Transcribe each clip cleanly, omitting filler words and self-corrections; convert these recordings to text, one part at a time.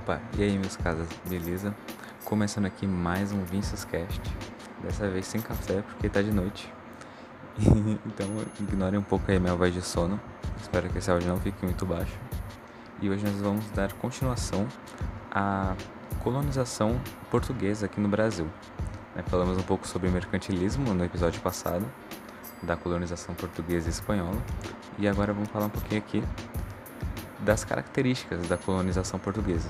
Opa, e aí meus casas, beleza? Começando aqui mais um ViniciusCast. Dessa vez sem café porque tá de noite. Então ignorem um pouco aí minha voz de sono. Espero que esse áudio não fique muito baixo. E hoje nós vamos dar continuação à colonização portuguesa aqui no Brasil. Falamos um pouco sobre mercantilismo no episódio passado, da colonização portuguesa e espanhola. E agora vamos falar um pouquinho aqui das características da colonização portuguesa.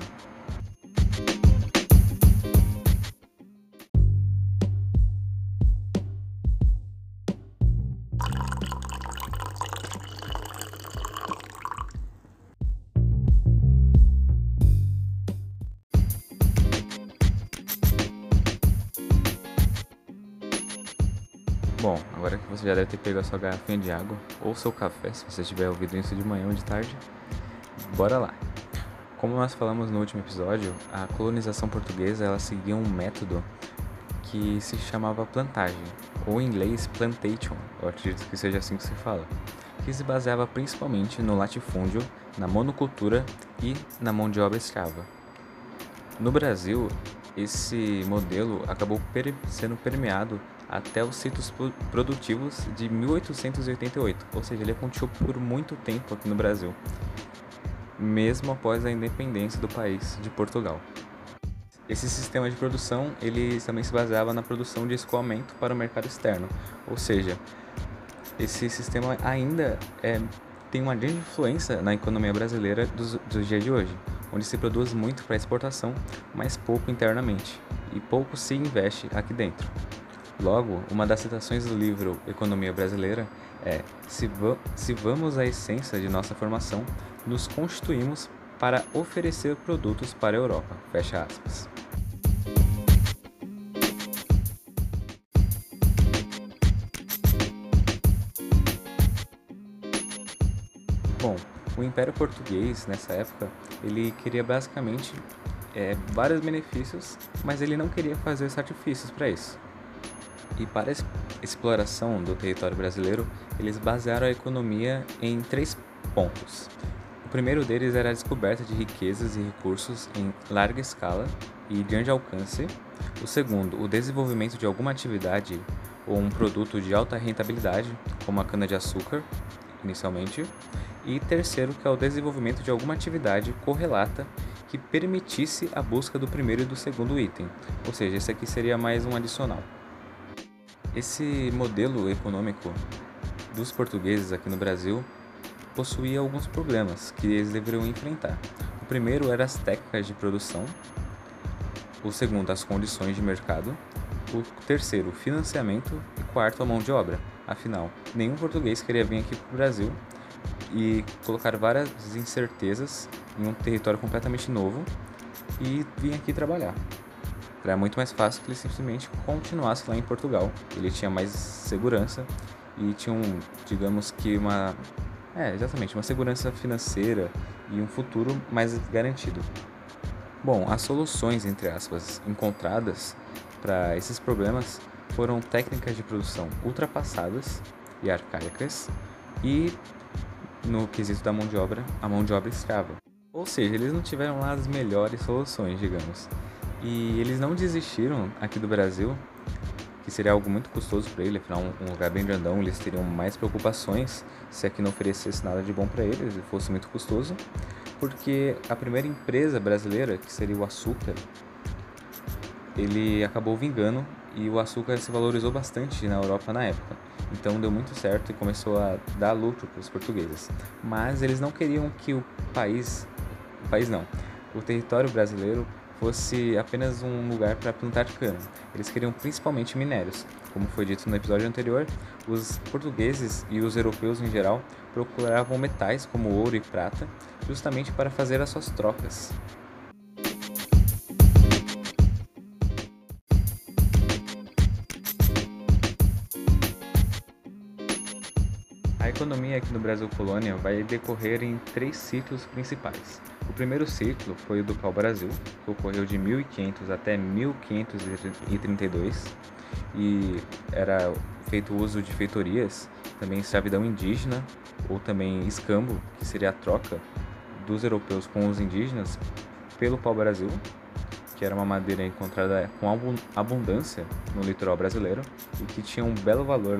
Bom, agora que você já deve ter pego a sua garrafinha de água ou seu café, se você estiver ouvindo isso de manhã ou de tarde, bora lá! Como nós falamos no último episódio, a colonização portuguesa ela seguia um método que se chamava plantagem, ou em inglês plantation, eu acredito que seja assim que se fala, que se baseava principalmente no latifúndio, na monocultura e na mão de obra escrava. No Brasil, esse modelo acabou sendo permeado até os ciclos produtivos de 1888, ou seja, ele aconteceu por muito tempo aqui no Brasil, mesmo após a independência do país de Portugal. Esse sistema de produção ele também se baseava na produção de escoamento para o mercado externo, ou seja, esse sistema ainda tem uma grande influência na economia brasileira dos dias de hoje, onde se produz muito para exportação, mas pouco internamente, e pouco se investe aqui dentro. Logo, uma das citações do livro Economia Brasileira é: se vamos à essência de nossa formação, nos constituímos para oferecer produtos para a Europa. Fecha aspas. Bom, o Império Português, nessa época, ele queria basicamente vários benefícios, mas ele não queria fazer sacrifícios para isso. E para a exploração do território brasileiro, eles basearam a economia em 3 pontos. O primeiro deles era a descoberta de riquezas e recursos em larga escala e grande alcance. O segundo, o desenvolvimento de alguma atividade ou um produto de alta rentabilidade, como a cana-de-açúcar, inicialmente. E terceiro, que é o desenvolvimento de alguma atividade correlata que permitisse a busca do primeiro e do segundo item. Ou seja, esse aqui seria mais um adicional. Esse modelo econômico dos portugueses aqui no Brasil possuía alguns problemas que eles deveriam enfrentar. O primeiro era as técnicas de produção, o segundo, as condições de mercado, o terceiro, o financiamento e quarto, a mão de obra. Afinal, nenhum português queria vir aqui para o Brasil e colocar várias incertezas em um território completamente novo e vir aqui trabalhar. Era muito mais fácil que ele simplesmente continuasse lá em Portugal. Ele tinha mais segurança e tinha digamos que uma segurança financeira e um futuro mais garantido. Bom, as soluções, entre aspas, encontradas para esses problemas foram técnicas de produção ultrapassadas e arcaicas e, no quesito da mão de obra, a mão de obra escrava. Ou seja, eles não tiveram lá as melhores soluções, digamos. E eles não desistiram aqui do Brasil, que seria algo muito custoso para ele, afinal um lugar bem grandão, eles teriam mais preocupações se aqui não oferecesse nada de bom para eles e fosse muito custoso, porque a primeira empresa brasileira, que seria o açúcar, ele acabou vingando e o açúcar se valorizou bastante na Europa na época. Então deu muito certo e começou a dar lucro para os portugueses. Mas eles não queriam que o território brasileiro fosse apenas um lugar para plantar cana. Eles queriam principalmente minérios. Como foi dito no episódio anterior, os portugueses e os europeus em geral procuravam metais como ouro e prata justamente para fazer as suas trocas. A economia aqui no Brasil Colônia vai decorrer em 3 ciclos principais. O primeiro ciclo foi o do pau-brasil, que ocorreu de 1500 até 1532 e era feito uso de feitorias, também escravidão indígena ou também escambo, que seria a troca dos europeus com os indígenas pelo pau-brasil, que era uma madeira encontrada com abundância no litoral brasileiro e que tinha um belo valor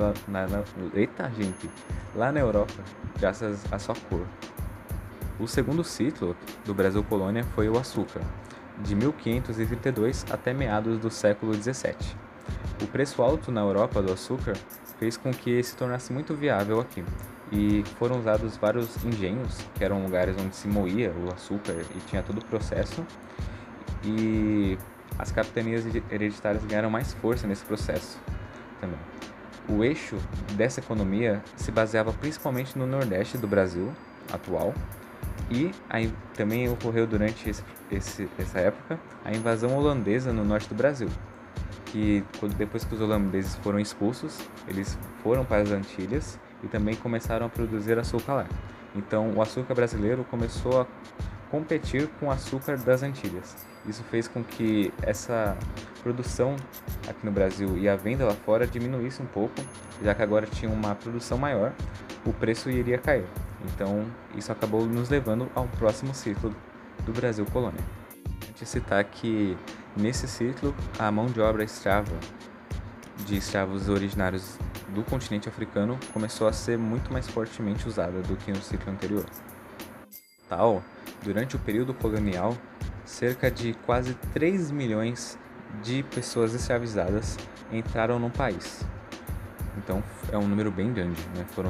lá na Europa, graças à sua cor. O segundo ciclo do Brasil Colônia foi o açúcar, de 1532 até meados do século XVII. O preço alto na Europa do açúcar fez com que se tornasse muito viável aqui, e foram usados vários engenhos, que eram lugares onde se moía o açúcar e tinha todo o processo, e as capitanias hereditárias ganharam mais força nesse processo também. O eixo dessa economia se baseava principalmente no Nordeste do Brasil atual, e aí também ocorreu durante essa época a invasão holandesa no norte do Brasil, que depois que os holandeses foram expulsos, eles foram para as Antilhas e também começaram a produzir açúcar lá. Então o açúcar brasileiro começou a competir com o açúcar das Antilhas. Isso fez com que essa produção aqui no Brasil e a venda lá fora diminuísse um pouco, já que agora tinha uma produção maior, o preço iria cair. Então isso acabou nos levando ao próximo ciclo do Brasil Colônia. De citar que nesse ciclo a mão de obra escrava de escravos originários do continente africano começou a ser muito mais fortemente usada do que no ciclo anterior. Durante o período colonial, cerca de quase 3 milhões de pessoas escravizadas entraram no país. Então é um número bem grande, né? Foram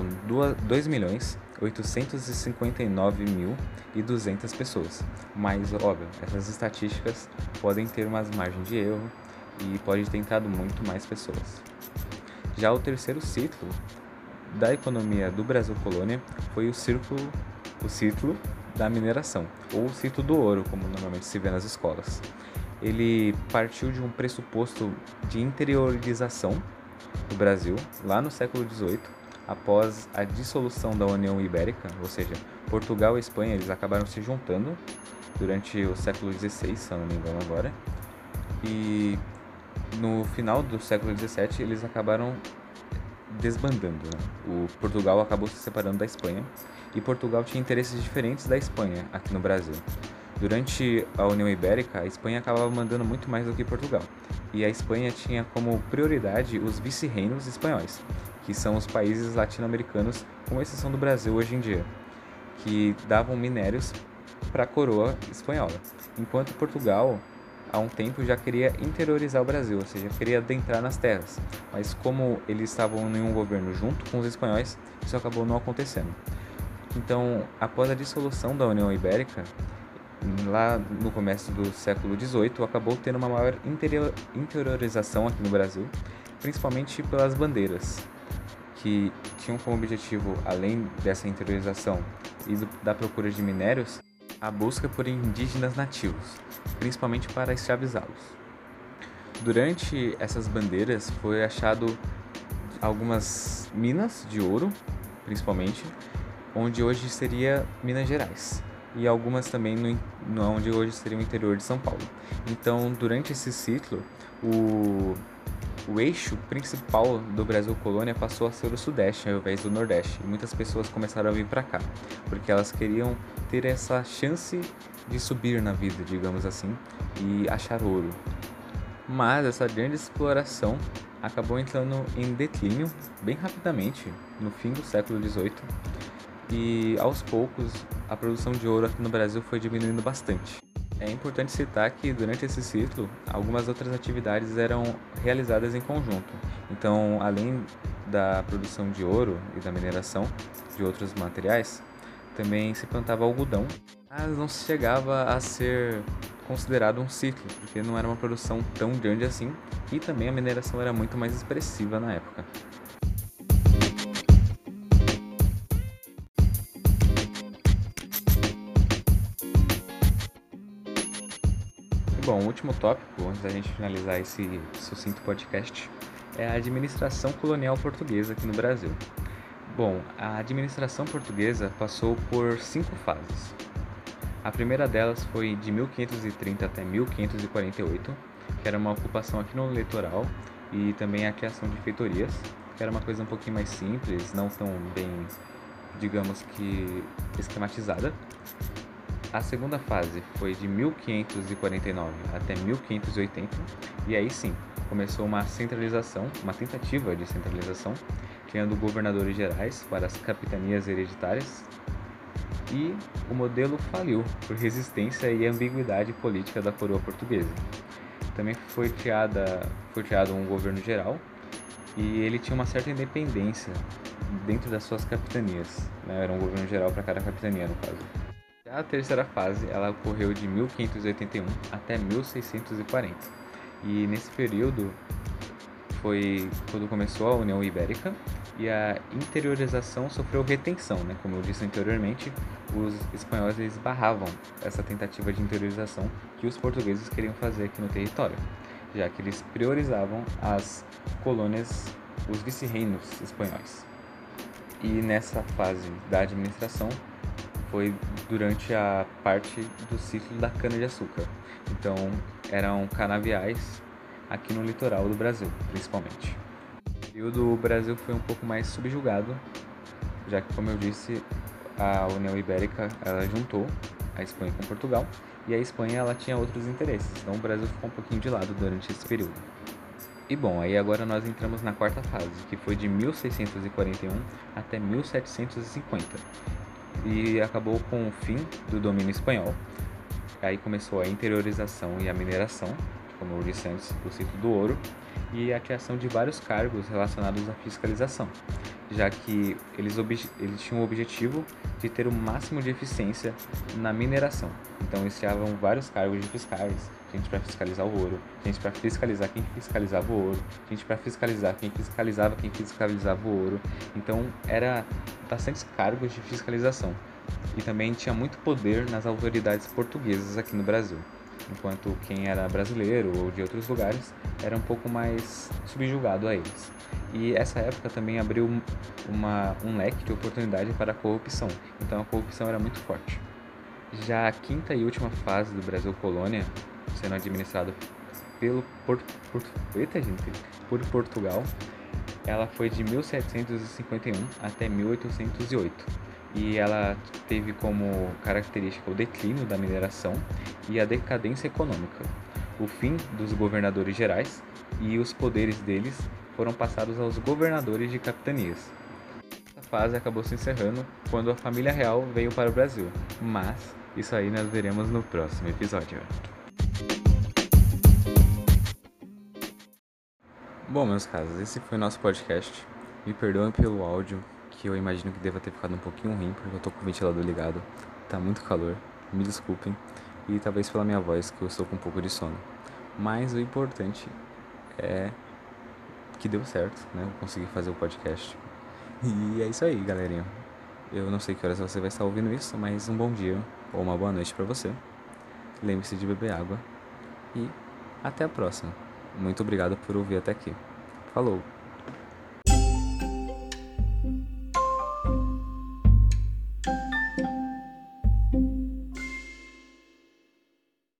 2.859.200 pessoas. Mas, óbvio, essas estatísticas podem ter umas margens de erro e pode ter entrado muito mais pessoas. Já o terceiro ciclo da economia do Brasil Colônia foi o ciclo da mineração, ou o ciclo do ouro, como normalmente se vê nas escolas. Ele partiu de um pressuposto de interiorização do Brasil, lá no século XVIII, após a dissolução da União Ibérica, ou seja, Portugal e Espanha, eles acabaram se juntando durante o século XVI, se eu não me engano agora, e no final do século XVII eles acabaram desbandando, né? O Portugal acabou se separando da Espanha, e Portugal tinha interesses diferentes da Espanha aqui no Brasil. Durante a União Ibérica, a Espanha acabava mandando muito mais do que Portugal, e a Espanha tinha como prioridade os vice-reinos espanhóis, que são os países latino-americanos, com exceção do Brasil hoje em dia, que davam minérios para a coroa espanhola, enquanto Portugal, há um tempo, já queria interiorizar o Brasil, ou seja, queria adentrar nas terras, mas como eles estavam em um governo junto com os espanhóis, isso acabou não acontecendo. Então, após a dissolução da União Ibérica, lá no começo do século XVIII, acabou tendo uma maior interiorização aqui no Brasil, principalmente pelas bandeiras, que tinham como objetivo, além dessa interiorização e da procura de minérios, a busca por indígenas nativos, principalmente para escravizá-los. Durante essas bandeiras foi achado algumas minas de ouro, principalmente, onde hoje seria Minas Gerais, e algumas também onde hoje seria o interior de São Paulo. Então, durante esse ciclo, o eixo principal do Brasil Colônia passou a ser o Sudeste ao invés do Nordeste, e muitas pessoas começaram a vir para cá, porque elas queriam ter essa chance de subir na vida, digamos assim, e achar ouro. Mas essa grande exploração acabou entrando em declínio bem rapidamente no fim do século XVIII, e aos poucos a produção de ouro aqui no Brasil foi diminuindo bastante. É importante citar que durante esse ciclo algumas outras atividades eram realizadas em conjunto. Então, além da produção de ouro e da mineração de outros materiais, também se plantava algodão, mas não se chegava a ser considerado um ciclo, porque não era uma produção tão grande assim, e também a mineração era muito mais expressiva na época. Bom, o último tópico, antes da gente finalizar esse sucinto podcast, é a administração colonial portuguesa aqui no Brasil. Bom, a administração portuguesa passou por 5 fases. A primeira delas foi de 1530 até 1548, que era uma ocupação aqui no litoral, e também a criação de feitorias, que era uma coisa um pouquinho mais simples, não tão bem, digamos que, esquematizada. A segunda fase foi de 1549 até 1580, e aí sim, começou uma centralização, uma tentativa de centralização, criando governadores gerais para as capitanias hereditárias, e o modelo faliu por resistência e ambiguidade política da coroa portuguesa. Também foi criado um governo geral, e ele tinha uma certa independência dentro das suas capitanias, né? Era um governo geral para cada capitania, no caso. Já a terceira fase, ela ocorreu de 1581 até 1640. E nesse período foi quando começou a União Ibérica e a interiorização sofreu retenção, né? Como eu disse anteriormente, os espanhóis eles barravam essa tentativa de interiorização que os portugueses queriam fazer aqui no território, já que eles priorizavam as colônias, os vice-reinos espanhóis. E nessa fase da administração foi durante a parte do ciclo da cana-de-açúcar. Então, eram canaviais aqui no litoral do Brasil, principalmente. No período, o Brasil foi um pouco mais subjugado, já que, como eu disse, a União Ibérica ela juntou a Espanha com Portugal, e a Espanha ela tinha outros interesses, então o Brasil ficou um pouquinho de lado durante esse período. E bom, aí agora nós entramos na quarta fase, que foi de 1641 até 1750, e acabou com o fim do domínio espanhol. Aí começou a interiorização e a mineração, como eu disse antes, o ciclo do ouro, e a criação de vários cargos relacionados à fiscalização, já que eles tinham o objetivo de ter o máximo de eficiência na mineração. Então eles criavam vários cargos de fiscais, gente para fiscalizar o ouro, gente para fiscalizar quem fiscalizava o ouro, gente para fiscalizar quem fiscalizava o ouro. Então era bastantes cargos de fiscalização. E também tinha muito poder nas autoridades portuguesas aqui no Brasil, enquanto quem era brasileiro ou de outros lugares era um pouco mais subjugado a eles. E essa época também abriu um leque de oportunidade para a corrupção, então a corrupção era muito forte. Já a quinta e última fase do Brasil Colônia, sendo administrado por Portugal, ela foi de 1751 até 1808. E ela teve como característica o declínio da mineração e a decadência econômica, o fim dos governadores gerais, e os poderes deles foram passados aos governadores de capitanias. Essa fase acabou se encerrando quando a família real veio para o Brasil, mas isso aí nós veremos no próximo episódio. Bom, meus caros, esse foi o nosso podcast. Me perdoem pelo áudio, que eu imagino que deva ter ficado um pouquinho ruim, porque eu tô com o ventilador ligado, tá muito calor, me desculpem, e talvez pela minha voz, que eu estou com um pouco de sono. Mas o importante é que deu certo, né? Eu consegui fazer o podcast. E é isso aí, galerinha. Eu não sei que horas você vai estar ouvindo isso, mas um bom dia ou uma boa noite pra você. Lembre-se de beber água e até a próxima. Muito obrigado por ouvir até aqui. Falou!